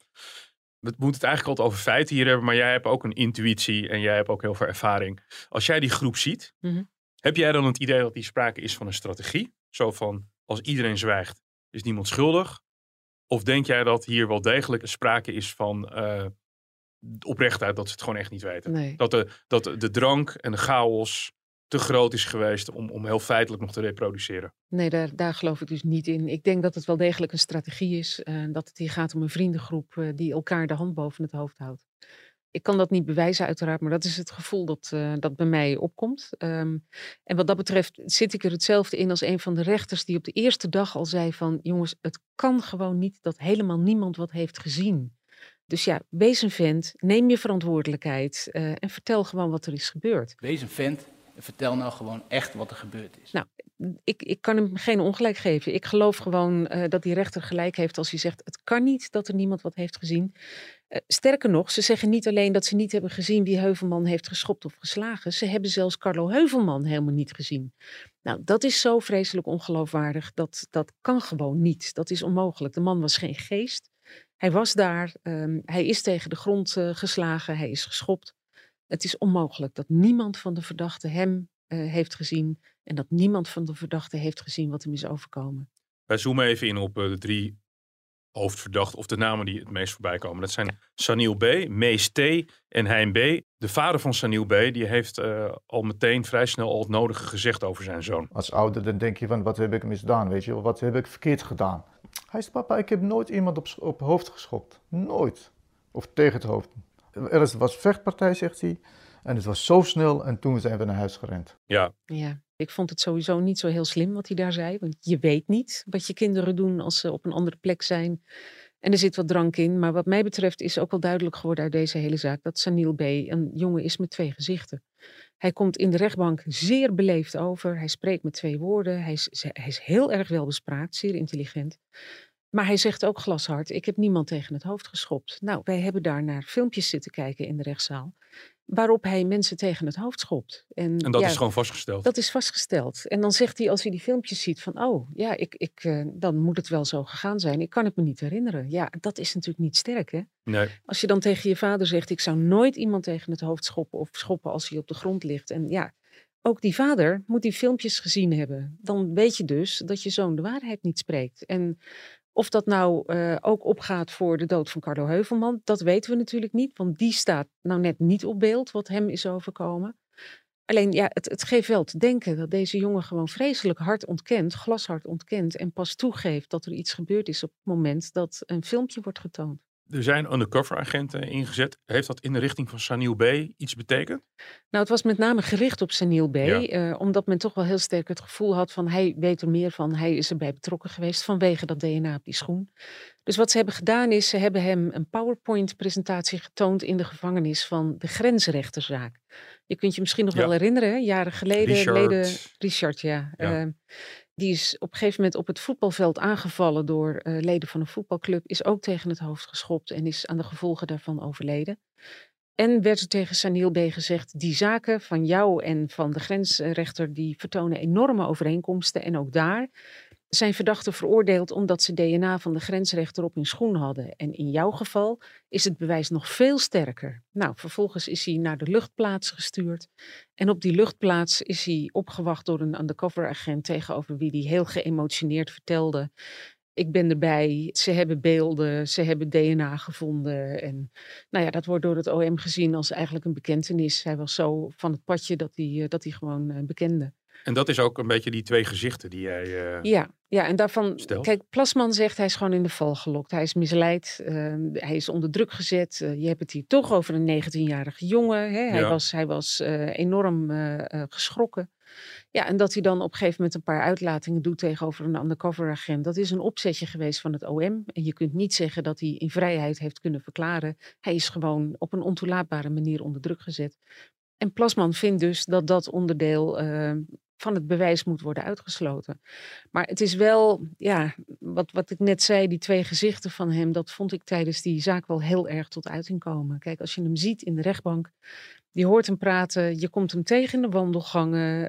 [SPEAKER 2] We moeten het eigenlijk altijd over feiten hier hebben, maar jij hebt ook een intuïtie en jij hebt ook heel veel ervaring. Als jij die groep ziet, heb jij dan het idee dat die sprake is van een strategie? Zo van, als iedereen zwijgt, is niemand schuldig? Of denk jij dat hier wel degelijk een sprake is van oprechtheid, dat ze het gewoon echt niet weten?
[SPEAKER 4] Nee.
[SPEAKER 2] Dat de drank en de chaos te groot is geweest om heel feitelijk nog te reproduceren.
[SPEAKER 4] Nee, daar geloof ik dus niet in. Ik denk dat het wel degelijk een strategie is. Dat het hier gaat om een vriendengroep die elkaar de hand boven het hoofd houdt. Ik kan dat niet bewijzen uiteraard, maar dat is het gevoel dat bij mij opkomt. En wat dat betreft zit ik er hetzelfde in als een van de rechters die op de eerste dag al zei van jongens, het kan gewoon niet dat helemaal niemand wat heeft gezien. Dus ja, wees een vent, neem je verantwoordelijkheid en vertel gewoon wat er is gebeurd.
[SPEAKER 9] Wees een vent. Vertel nou gewoon echt wat er gebeurd is.
[SPEAKER 4] Nou, ik kan hem geen ongelijk geven. Ik geloof gewoon dat die rechter gelijk heeft als hij zegt, het kan niet dat er niemand wat heeft gezien. Sterker nog, ze zeggen niet alleen dat ze niet hebben gezien wie Heuvelman heeft geschopt of geslagen. Ze hebben zelfs Carlo Heuvelman helemaal niet gezien. Nou, dat is zo vreselijk ongeloofwaardig. Dat kan gewoon niet. Dat is onmogelijk. De man was geen geest. Hij was daar. Hij is tegen de grond geslagen. Hij is geschopt. Het is onmogelijk dat niemand van de verdachten hem heeft gezien en dat niemand van de verdachten heeft gezien wat hem is overkomen.
[SPEAKER 2] Wij zoomen even in op de 3 hoofdverdachten of de namen die het meest voorbij komen. Dat zijn Sanil B, Mees T en Hein B. De vader van Sanil B die heeft al meteen vrij snel al het nodige gezegd over zijn zoon.
[SPEAKER 10] Als ouder dan denk je van wat heb ik misdaan, weet je, wat heb ik verkeerd gedaan. Hij zegt papa, ik heb nooit iemand op hoofd geschopt. Nooit. Of tegen het hoofd. Er was vechtpartij, zegt hij. En het was zo snel en toen zijn we naar huis gerend.
[SPEAKER 2] Ja.
[SPEAKER 4] Ik vond het sowieso niet zo heel slim wat hij daar zei. Want je weet niet wat je kinderen doen als ze op een andere plek zijn. En er zit wat drank in. Maar wat mij betreft is ook wel duidelijk geworden uit deze hele zaak dat Sanil B. een jongen is met 2 gezichten. Hij komt in de rechtbank zeer beleefd over. Hij spreekt met 2 woorden. Hij is heel erg welbespraakt, zeer intelligent. Maar hij zegt ook glashard, ik heb niemand tegen het hoofd geschopt. Nou, wij hebben daar naar filmpjes zitten kijken in de rechtszaal, waarop hij mensen tegen het hoofd schopt. En
[SPEAKER 2] dat is gewoon vastgesteld?
[SPEAKER 4] Dat is vastgesteld. En dan zegt hij, als hij die filmpjes ziet, van oh, ja, dan moet het wel zo gegaan zijn. Ik kan het me niet herinneren. Ja, dat is natuurlijk niet sterk, hè?
[SPEAKER 2] Nee.
[SPEAKER 4] Als je dan tegen je vader zegt, ik zou nooit iemand tegen het hoofd schoppen of schoppen als hij op de grond ligt. En ja, ook die vader moet die filmpjes gezien hebben. Dan weet je dus dat je zoon de waarheid niet spreekt. En of dat nou ook opgaat voor de dood van Carlo Heuvelman, dat weten we natuurlijk niet. Want die staat nou net niet op beeld wat hem is overkomen. Alleen ja, het geeft wel te denken dat deze jongen gewoon vreselijk hard ontkent, glashard ontkent en pas toegeeft dat er iets gebeurd is op het moment dat een filmpje wordt getoond.
[SPEAKER 2] Er zijn undercover agenten ingezet. Heeft dat in de richting van Sanil B. iets betekend?
[SPEAKER 4] Nou, het was met name gericht op Sanil B.
[SPEAKER 2] Ja.
[SPEAKER 4] Omdat men toch wel heel sterk het gevoel had van hij weet er meer van. Hij is erbij betrokken geweest vanwege dat DNA op die schoen. Dus wat ze hebben gedaan is, ze hebben hem een PowerPoint-presentatie getoond in de gevangenis van de grensrechterzaak. Je kunt je misschien nog wel herinneren, hè? Jaren geleden.
[SPEAKER 2] Richard,
[SPEAKER 4] ja. Die is op een gegeven moment op het voetbalveld aangevallen door leden van een voetbalclub. Is ook tegen het hoofd geschopt en is aan de gevolgen daarvan overleden. En werd er tegen Sanil B. gezegd, die zaken van jou en van de grensrechter, die vertonen enorme overeenkomsten. En ook daar zijn verdachten veroordeeld omdat ze DNA van de grensrechter op hun schoen hadden. En in jouw geval is het bewijs nog veel sterker. Nou, vervolgens is hij naar de luchtplaats gestuurd. En op die luchtplaats is hij opgewacht door een undercover agent tegenover wie hij heel geëmotioneerd vertelde: ik ben erbij, ze hebben beelden, ze hebben DNA gevonden. En nou ja, dat wordt door het OM gezien als eigenlijk een bekentenis. Hij was zo van het padje dat hij gewoon bekende.
[SPEAKER 2] En dat is ook een beetje die twee gezichten die jij
[SPEAKER 4] Ja, en daarvan,
[SPEAKER 2] stelt.
[SPEAKER 4] Kijk, Plasman zegt hij is gewoon in de val gelokt. Hij is misleid, hij is onder druk gezet. Je hebt het hier toch over een 19-jarige jongen. Hè? Hij was enorm geschrokken. Ja, en dat hij dan op een gegeven moment een paar uitlatingen doet tegenover een undercover agent. Dat is een opzetje geweest van het OM. En je kunt niet zeggen dat hij in vrijheid heeft kunnen verklaren. Hij is gewoon op een ontoelaatbare manier onder druk gezet. En Plasman vindt dus dat dat onderdeel van het bewijs moet worden uitgesloten. Maar het is wel, ja, wat ik net zei, die twee gezichten van hem, dat vond ik tijdens die zaak wel heel erg tot uiting komen. Kijk, als je hem ziet in de rechtbank, je hoort hem praten, je komt hem tegen in de wandelgangen.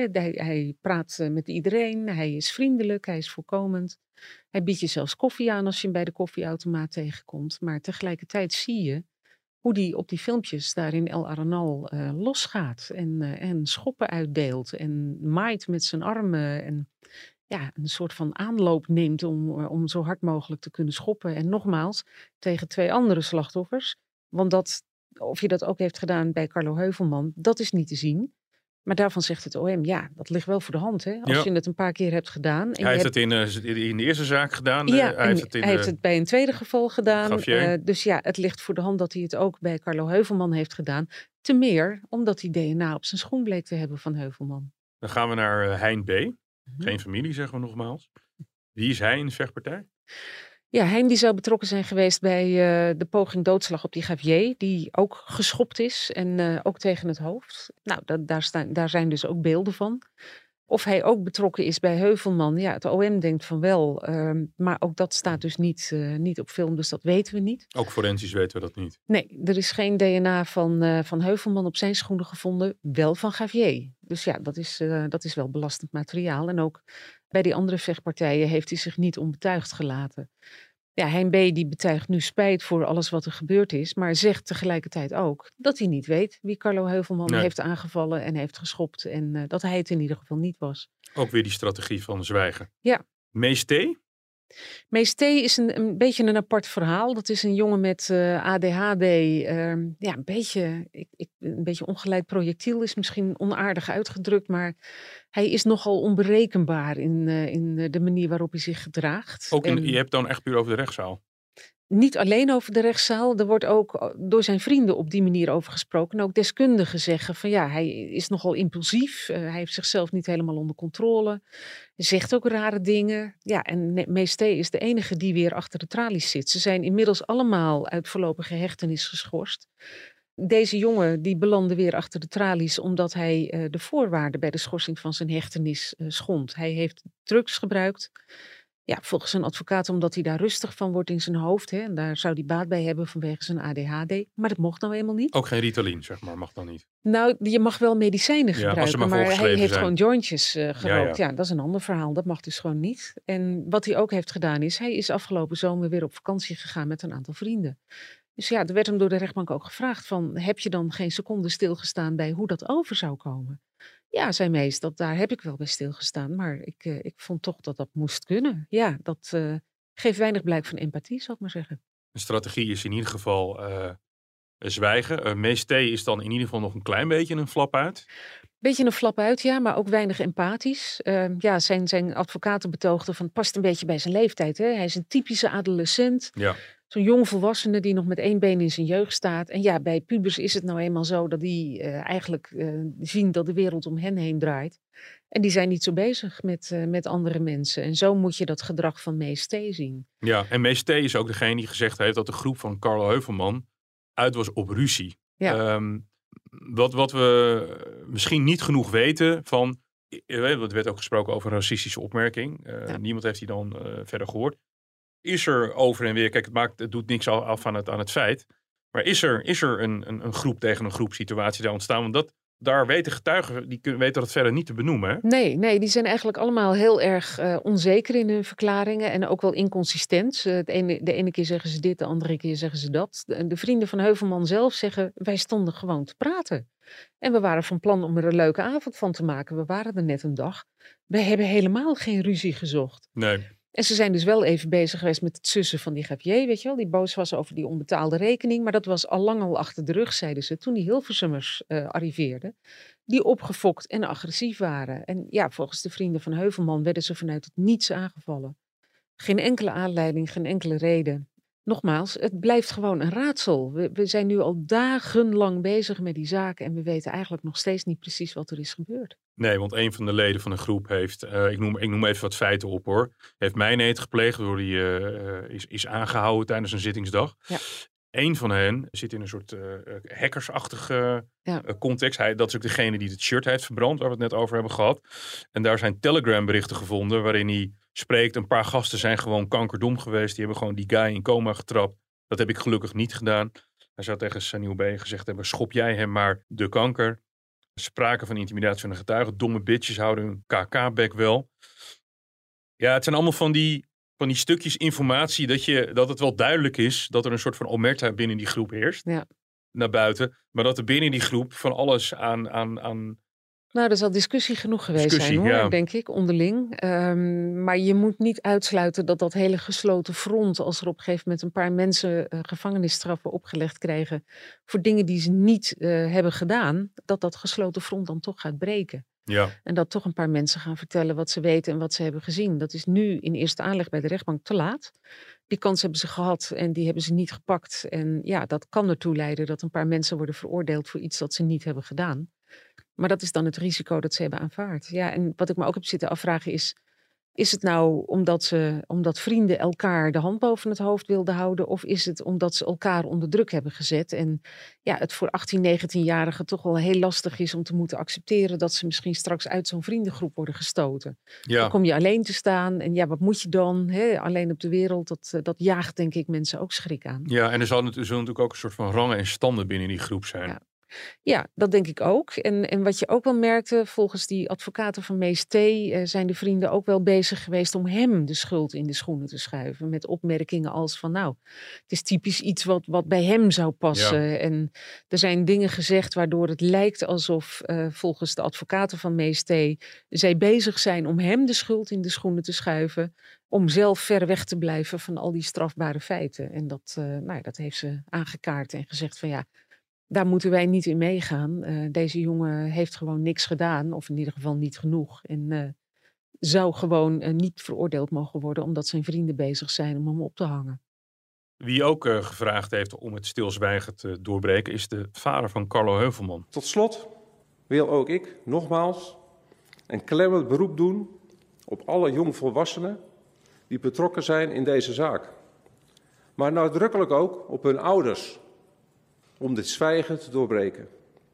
[SPEAKER 4] Hij praat met iedereen, hij is vriendelijk, hij is voorkomend. Hij biedt je zelfs koffie aan als je hem bij de koffieautomaat tegenkomt. Maar tegelijkertijd zie je hoe die op die filmpjes daar in El Arenal losgaat en schoppen uitdeelt en maait met zijn armen en ja, een soort van aanloop neemt om zo hard mogelijk te kunnen schoppen. En nogmaals, tegen 2 andere slachtoffers. Want of je dat ook heeft gedaan bij Carlo Heuvelman, dat is niet te zien. Maar daarvan zegt het OM, ja, dat ligt wel voor de hand. Hè? Als je het een paar keer hebt gedaan. En
[SPEAKER 2] hij heeft het in de eerste zaak gedaan.
[SPEAKER 4] Ja, hij heeft het bij een tweede geval gedaan. Dus ja, het ligt voor de hand dat hij het ook bij Carlo Heuvelman heeft gedaan. Te meer omdat hij DNA op zijn schoen bleek te hebben van Heuvelman.
[SPEAKER 2] Dan gaan we naar Hein B. Geen familie, zeggen we nogmaals. Wie is hij in de vechtpartij?
[SPEAKER 4] Ja, Hein die zou betrokken zijn geweest bij de poging doodslag op die Gavier, die ook geschopt is en ook tegen het hoofd. Nou, daar zijn dus ook beelden van. Of hij ook betrokken is bij Heuvelman, ja, het OM denkt van wel, maar ook dat staat dus niet op film, dus dat weten we niet.
[SPEAKER 2] Ook forensisch weten we dat niet?
[SPEAKER 4] Nee, er is geen DNA van Heuvelman op zijn schoenen gevonden, wel van Gavier. Dus ja, dat is wel belastend materiaal. En ook bij die andere vechtpartijen heeft hij zich niet onbetuigd gelaten. Ja, Hein B. die betuigt nu spijt voor alles wat er gebeurd is, maar zegt tegelijkertijd ook dat hij niet weet wie Carlo Heuvelman heeft aangevallen en heeft geschopt en dat hij het in ieder geval niet was.
[SPEAKER 2] Ook weer die strategie van zwijgen.
[SPEAKER 4] Ja.
[SPEAKER 2] Mees T?
[SPEAKER 4] Mees T is een beetje een apart verhaal. Dat is een jongen met ADHD. Ja, een beetje ongeleid projectiel is misschien onaardig uitgedrukt, maar hij is nogal onberekenbaar in de manier waarop hij zich gedraagt.
[SPEAKER 2] Je hebt dan echt puur over de rechtszaal?
[SPEAKER 4] Niet alleen over de rechtszaal. Er wordt ook door zijn vrienden op die manier over gesproken. En ook deskundigen zeggen van ja, hij is nogal impulsief. Hij heeft zichzelf niet helemaal onder controle. Hij zegt ook rare dingen. Ja, en Mees T. is de enige die weer achter de tralies zit. Ze zijn inmiddels allemaal uit voorlopige hechtenis geschorst. Deze jongen die belandde weer achter de tralies omdat hij de voorwaarden bij de schorsing van zijn hechtenis schond. Hij heeft drugs gebruikt. Ja, volgens een advocaat omdat hij daar rustig van wordt in zijn hoofd. Hè, en daar zou hij baat bij hebben vanwege zijn ADHD. Maar dat mocht nou helemaal niet.
[SPEAKER 2] Ook geen Ritalin, zeg maar, mag dan niet?
[SPEAKER 4] Nou, je mag wel medicijnen gebruiken. Maar hij heeft gewoon jointjes gerookt.
[SPEAKER 2] Ja.
[SPEAKER 4] Ja, dat is een ander verhaal. Dat mag dus gewoon niet. En wat hij ook heeft gedaan is, hij is afgelopen zomer weer op vakantie gegaan met een aantal vrienden. Dus ja, er werd hem door de rechtbank ook gevraagd van, heb je dan geen seconde stilgestaan bij hoe dat over zou komen? Ja, zei Mees, daar heb ik wel bij stilgestaan, maar ik vond toch dat moest kunnen. Ja, dat geeft weinig blijk van empathie, zal ik maar zeggen.
[SPEAKER 2] De strategie is in ieder geval zwijgen. Mees T. is dan in ieder geval nog een klein beetje een flap uit.
[SPEAKER 4] Beetje een flap uit, ja, maar ook weinig empathisch. Ja, zijn advocaten betoogden van het past een beetje bij zijn leeftijd. Hè? Hij is een typische adolescent. Ja. Zo'n jong volwassene die nog met 1 been in zijn jeugd staat. En ja, bij pubers is het nou eenmaal zo dat die eigenlijk zien dat de wereld om hen heen draait. En die zijn niet zo bezig met andere mensen. En zo moet je dat gedrag van Mees T. zien.
[SPEAKER 2] Ja, en Mees T. is ook degene die gezegd heeft dat de groep van Carlo Heuvelman uit was op ruzie. Ja. Wat we misschien niet genoeg weten van Er werd ook gesproken over een racistische opmerking. Niemand heeft die dan verder gehoord. Is er over en weer, kijk, het doet niks af aan het feit. Maar is er een groep tegen een groep situatie daar ontstaan? Want daar weten getuigen, die weten dat verder niet te benoemen. Hè?
[SPEAKER 4] Nee, die zijn eigenlijk allemaal heel erg onzeker in hun verklaringen en ook wel inconsistent. De ene keer zeggen ze dit, de andere keer zeggen ze dat. De vrienden van Heuvelman zelf zeggen, wij stonden gewoon te praten. En we waren van plan om er een leuke avond van te maken. We waren er net een dag. We hebben helemaal geen ruzie gezocht.
[SPEAKER 2] Nee.
[SPEAKER 4] En ze zijn dus wel even bezig geweest met het sussen van die Gavier, weet je wel. Die boos was over die onbetaalde rekening. Maar dat was al lang al achter de rug, zeiden ze, toen die Hilversummers arriveerden. Die opgefokt en agressief waren. En ja, volgens de vrienden van Heuvelman werden ze vanuit het niets aangevallen. Geen enkele aanleiding, geen enkele reden. Nogmaals, het blijft gewoon een raadsel. We zijn nu al dagenlang bezig met die zaken en we weten eigenlijk nog steeds niet precies wat er is gebeurd.
[SPEAKER 2] Nee, want een van de leden van de groep heeft, ik noem even wat feiten op hoor, heeft mijnheid gepleegd door die is aangehouden tijdens een zittingsdag. Ja. Eén van hen zit in een soort hackersachtige context. Dat is ook degene die het shirt heeft verbrand, waar we het net over hebben gehad. En daar zijn Telegram berichten gevonden waarin hij spreekt. Een paar gasten zijn gewoon kankerdom geweest. Die hebben gewoon die guy in coma getrapt. Dat heb ik gelukkig niet gedaan. Hij zou tegen Sanil B. gezegd hebben, schop jij hem maar de kanker. Sprake van intimidatie van de getuigen. Domme bitches houden hun KK-bek wel. Ja, het zijn allemaal van die stukjes informatie dat het wel duidelijk is dat er een soort van omerta binnen die groep heerst. Ja. Naar buiten. Maar dat er binnen die groep van alles aan
[SPEAKER 4] Nou, er zal discussie genoeg geweest zijn hoor, denk ik, onderling. Maar je moet niet uitsluiten dat hele gesloten front, als er op een gegeven moment een paar mensen gevangenisstraffen opgelegd krijgen voor dingen die ze niet hebben gedaan, dat gesloten front dan toch gaat breken. Ja. En dat toch een paar mensen gaan vertellen wat ze weten en wat ze hebben gezien. Dat is nu in eerste aanleg bij de rechtbank te laat. Die kans hebben ze gehad en die hebben ze niet gepakt. En ja, dat kan ertoe leiden dat een paar mensen worden veroordeeld voor iets dat ze niet hebben gedaan. Maar dat is dan het risico dat ze hebben aanvaard. Ja, en wat ik me ook heb zitten afvragen is het nou omdat vrienden elkaar de hand boven het hoofd wilden houden? Of is het omdat ze elkaar onder druk hebben gezet? En ja, het voor 18, 19-jarigen toch wel heel lastig is om te moeten accepteren dat ze misschien straks uit zo'n vriendengroep worden gestoten. Ja. Dan kom je alleen te staan en ja, wat moet je dan? Hè? Alleen op de wereld, dat jaagt denk ik mensen ook schrik aan.
[SPEAKER 2] Ja, en er zullen natuurlijk ook een soort van rangen en standen binnen die groep zijn.
[SPEAKER 4] Ja. Ja, dat denk ik ook. En wat je ook wel merkte, volgens die advocaten van Mees T. Zijn de vrienden ook wel bezig geweest om hem de schuld in de schoenen te schuiven. Met opmerkingen als van nou, het is typisch iets wat bij hem zou passen. Ja. En er zijn dingen gezegd waardoor het lijkt alsof volgens de advocaten van Mees T. zij bezig zijn om hem de schuld in de schoenen te schuiven. Om zelf ver weg te blijven van al die strafbare feiten. En dat heeft ze aangekaart en gezegd van ja, daar moeten wij niet in meegaan. Deze jongen heeft gewoon niks gedaan, of in ieder geval niet genoeg. En zou gewoon niet veroordeeld mogen worden, omdat zijn vrienden bezig zijn om hem op te hangen.
[SPEAKER 2] Wie ook gevraagd heeft om het stilzwijgen te doorbreken, is de vader van Carlo Heuvelman.
[SPEAKER 11] Tot slot wil ook ik nogmaals een klemmend beroep doen op alle jongvolwassenen die betrokken zijn in deze zaak. Maar nadrukkelijk ook op hun ouders, om dit zwijgen te doorbreken.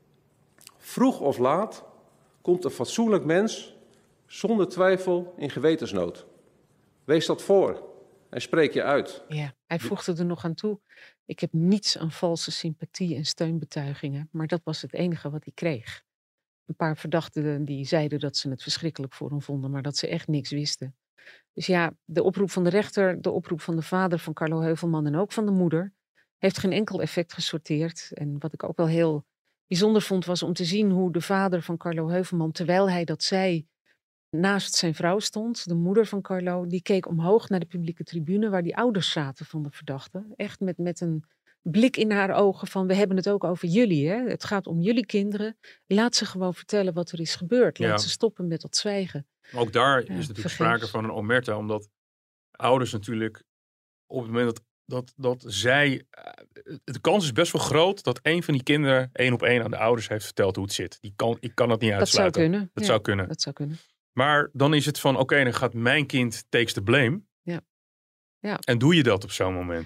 [SPEAKER 11] Vroeg of laat komt een fatsoenlijk mens zonder twijfel in gewetensnood. Wees dat voor en spreek je uit.
[SPEAKER 4] Ja, hij voegde er nog aan toe. Ik heb niets aan valse sympathie en steunbetuigingen, maar dat was het enige wat hij kreeg. Een paar verdachten die zeiden dat ze het verschrikkelijk voor hem vonden, maar dat ze echt niks wisten. Dus ja, de oproep van de rechter, de oproep van de vader van Carlo Heuvelman en ook van de moeder heeft geen enkel effect gesorteerd. En wat ik ook wel heel bijzonder vond, was om te zien hoe de vader van Carlo Heuvelman, terwijl hij dat zei, naast zijn vrouw stond. De moeder van Carlo, die keek omhoog naar de publieke tribune, waar die ouders zaten van de verdachte. Echt met een blik in haar ogen van, we hebben het ook over jullie. Hè? Het gaat om jullie kinderen. Laat ze gewoon vertellen wat er is gebeurd. Laat ze stoppen met dat zwijgen.
[SPEAKER 2] Maar ook daar is natuurlijk sprake van een omerta, omdat ouders natuurlijk op het moment dat zij, de kans is best wel groot dat een van die kinderen 1 op 1 aan de ouders heeft verteld hoe het zit. Ik kan dat niet uitsluiten.
[SPEAKER 4] Dat zou kunnen.
[SPEAKER 2] Maar dan is het van, oké, dan gaat mijn kind takes the blame.
[SPEAKER 4] Ja.
[SPEAKER 2] En doe je dat op zo'n moment?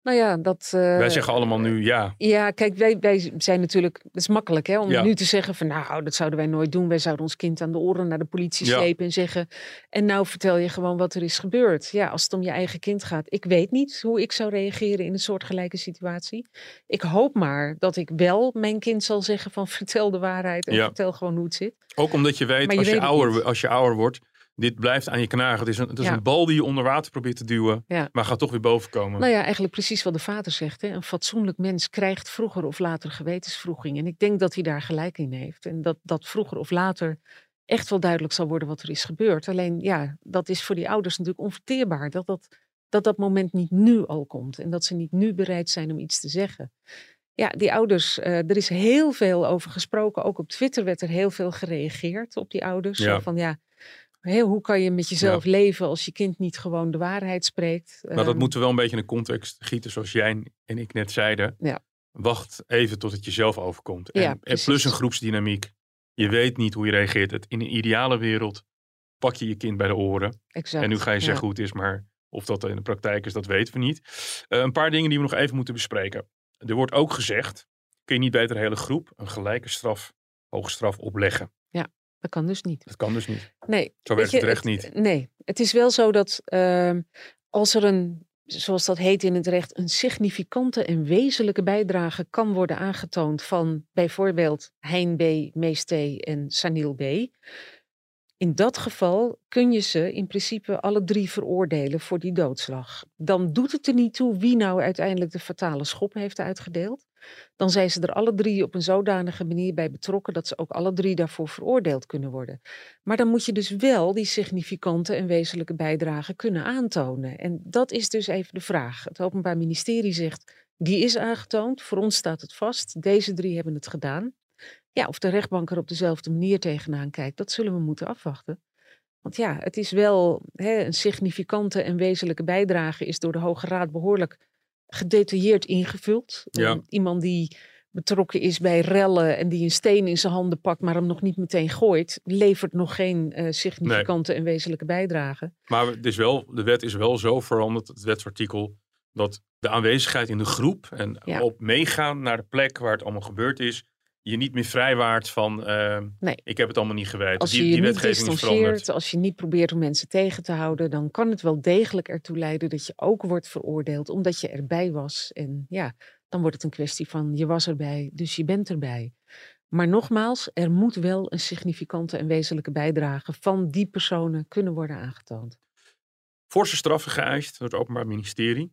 [SPEAKER 4] Nou ja, dat...
[SPEAKER 2] wij zeggen allemaal nu ja.
[SPEAKER 4] Ja, kijk, wij zijn natuurlijk... Het is makkelijk hè, om nu te zeggen van... Nou, dat zouden wij nooit doen. Wij zouden ons kind aan de oren naar de politie slepen en zeggen... En nou vertel je gewoon wat er is gebeurd. Ja, als het om je eigen kind gaat. Ik weet niet hoe ik zou reageren in een soortgelijke situatie. Ik hoop maar dat ik wel mijn kind zal zeggen van... Vertel de waarheid en vertel gewoon hoe het zit.
[SPEAKER 2] Ook omdat je weet, als je ouder wordt... Dit blijft aan je knagen. Het is een bal die je onder water probeert te duwen. Ja. Maar gaat toch weer boven komen.
[SPEAKER 4] Nou ja, eigenlijk precies wat de vader zegt. Hè? Een fatsoenlijk mens krijgt vroeger of later gewetenswroeging. En ik denk dat hij daar gelijk in heeft. En dat vroeger of later echt wel duidelijk zal worden wat er is gebeurd. Alleen ja, dat is voor die ouders natuurlijk onverteerbaar. Dat moment niet nu al komt. En dat ze niet nu bereid zijn om iets te zeggen. Ja, die ouders, er is heel veel over gesproken. Ook op Twitter werd er heel veel gereageerd op die ouders.
[SPEAKER 2] Ja.
[SPEAKER 4] Zo van hoe kan je met jezelf leven als je kind niet gewoon de waarheid spreekt?
[SPEAKER 2] Maar dat moeten we wel een beetje in de context gieten, zoals jij en ik net zeiden.
[SPEAKER 4] Ja.
[SPEAKER 2] Wacht even tot het jezelf overkomt. En plus een groepsdynamiek. Je weet niet hoe je reageert. In een ideale wereld pak je je kind bij de oren.
[SPEAKER 4] Exact.
[SPEAKER 2] En nu ga je zeggen hoe het is, maar of dat in de praktijk is, dat weten we niet. Een paar dingen die we nog even moeten bespreken. Er wordt ook gezegd, kun je niet beter de hele groep een gelijke straf, hoge straf opleggen?
[SPEAKER 4] Ja. Dat kan dus niet.
[SPEAKER 2] Dat kan dus niet.
[SPEAKER 4] Nee.
[SPEAKER 2] Zo werkt het recht niet.
[SPEAKER 4] Nee. Het is wel zo dat als er zoals dat heet in het recht, een significante en wezenlijke bijdrage kan worden aangetoond van bijvoorbeeld Hein B., Mees T. en Sanil B. In dat geval kun je ze in principe alle 3 veroordelen voor die doodslag. Dan doet het er niet toe wie nou uiteindelijk de fatale schop heeft uitgedeeld. Dan zijn ze er alle 3 op een zodanige manier bij betrokken dat ze ook alle 3 daarvoor veroordeeld kunnen worden. Maar dan moet je dus wel die significante en wezenlijke bijdrage kunnen aantonen. En dat is dus even de vraag. Het Openbaar Ministerie zegt, die is aangetoond. Voor ons staat het vast. Deze 3 hebben het gedaan. Ja, of de rechtbank er op dezelfde manier tegenaan kijkt, dat zullen we moeten afwachten. Want ja, het is wel een significante en wezenlijke bijdrage is door de Hoge Raad behoorlijk gedetailleerd ingevuld.
[SPEAKER 2] Ja.
[SPEAKER 4] Iemand die betrokken is bij rellen en die een steen in zijn handen pakt, maar hem nog niet meteen gooit, levert nog geen significante en wezenlijke bijdrage.
[SPEAKER 2] Maar de wet is wel zo veranderd, het wetsartikel, dat de aanwezigheid in de groep en op meegaan naar de plek waar het allemaal gebeurd is, je niet meer vrijwaart van ik heb het allemaal niet geweten.
[SPEAKER 4] Als je
[SPEAKER 2] die
[SPEAKER 4] niet
[SPEAKER 2] wetgeving is veranderd.
[SPEAKER 4] Als je niet probeert om mensen tegen te houden, dan kan het wel degelijk ertoe leiden dat je ook wordt veroordeeld omdat je erbij was. En ja, dan wordt het een kwestie van je was erbij, dus je bent erbij. Maar nogmaals, er moet wel een significante en wezenlijke bijdrage van die personen kunnen worden aangetoond.
[SPEAKER 2] Forse straffen geëist door het Openbaar Ministerie.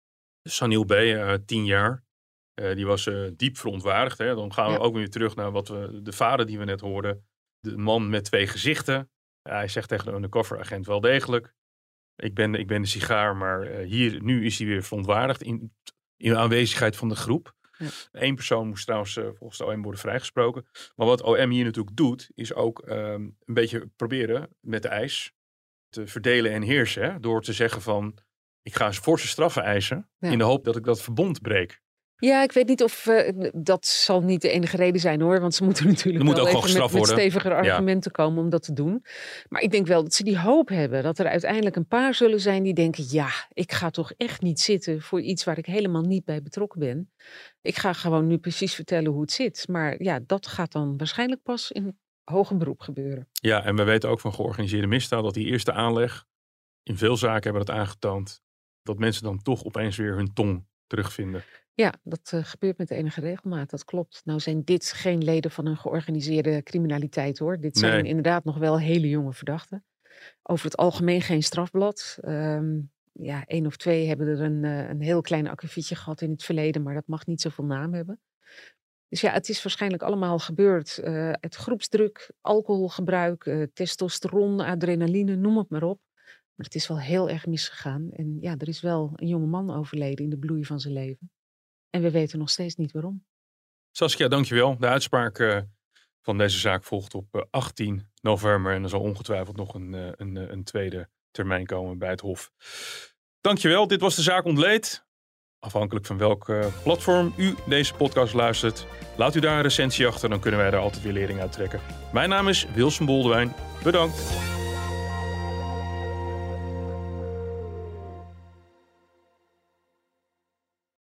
[SPEAKER 2] Sanil B., 10 jaar. Die was diep verontwaardigd. Hè. Dan gaan we ook weer terug naar de vader die we net hoorden. De man met 2 gezichten. Hij zegt tegen de undercover agent wel degelijk. Ik ben de sigaar, maar nu is hij weer verontwaardigd in aanwezigheid van de groep. Ja. 1 persoon moest trouwens volgens de OM worden vrijgesproken. Maar wat OM hier natuurlijk doet, is ook een beetje proberen met de eis te verdelen en heersen. Hè, door te zeggen van, ik ga forse straffen eisen in de hoop dat ik dat verbond breek.
[SPEAKER 4] Ja, ik weet niet of dat zal niet de enige reden zijn hoor. Want ze moeten natuurlijk wel even met stevigere argumenten komen om dat te doen. Maar ik denk wel dat ze die hoop hebben. Dat er uiteindelijk een paar zullen zijn die denken, ja, ik ga toch echt niet zitten voor iets waar ik helemaal niet bij betrokken ben. Ik ga gewoon nu precies vertellen hoe het zit. Maar ja, dat gaat dan waarschijnlijk pas in hoger beroep gebeuren.
[SPEAKER 2] Ja, en we weten ook van georganiseerde misdaad dat die eerste aanleg, in veel zaken hebben dat aangetoond, dat mensen dan toch opeens weer hun tong terugvinden.
[SPEAKER 4] Ja, dat gebeurt met enige regelmaat, dat klopt. Nou zijn dit geen leden van een georganiseerde criminaliteit hoor. Dit zijn inderdaad nog wel hele jonge verdachten. Over het algemeen geen strafblad. 1 of 2 hebben er een heel klein akkefietje gehad in het verleden, maar dat mag niet zoveel naam hebben. Dus ja, het is waarschijnlijk allemaal gebeurd. Het groepsdruk, alcoholgebruik, testosteron, adrenaline, noem het maar op. Maar het is wel heel erg misgegaan. En ja, er is wel een jonge man overleden in de bloei van zijn leven. En we weten nog steeds niet waarom.
[SPEAKER 2] Saskia, dankjewel. De uitspraak van deze zaak volgt op 18 november. En er zal ongetwijfeld nog een tweede termijn komen bij het Hof. Dankjewel. Dit was de Zaak Ontleed. Afhankelijk van welk platform u deze podcast luistert. Laat u daar een recensie achter, dan kunnen wij daar altijd weer lering uit trekken. Mijn naam is Wilson Boldewijn. Bedankt.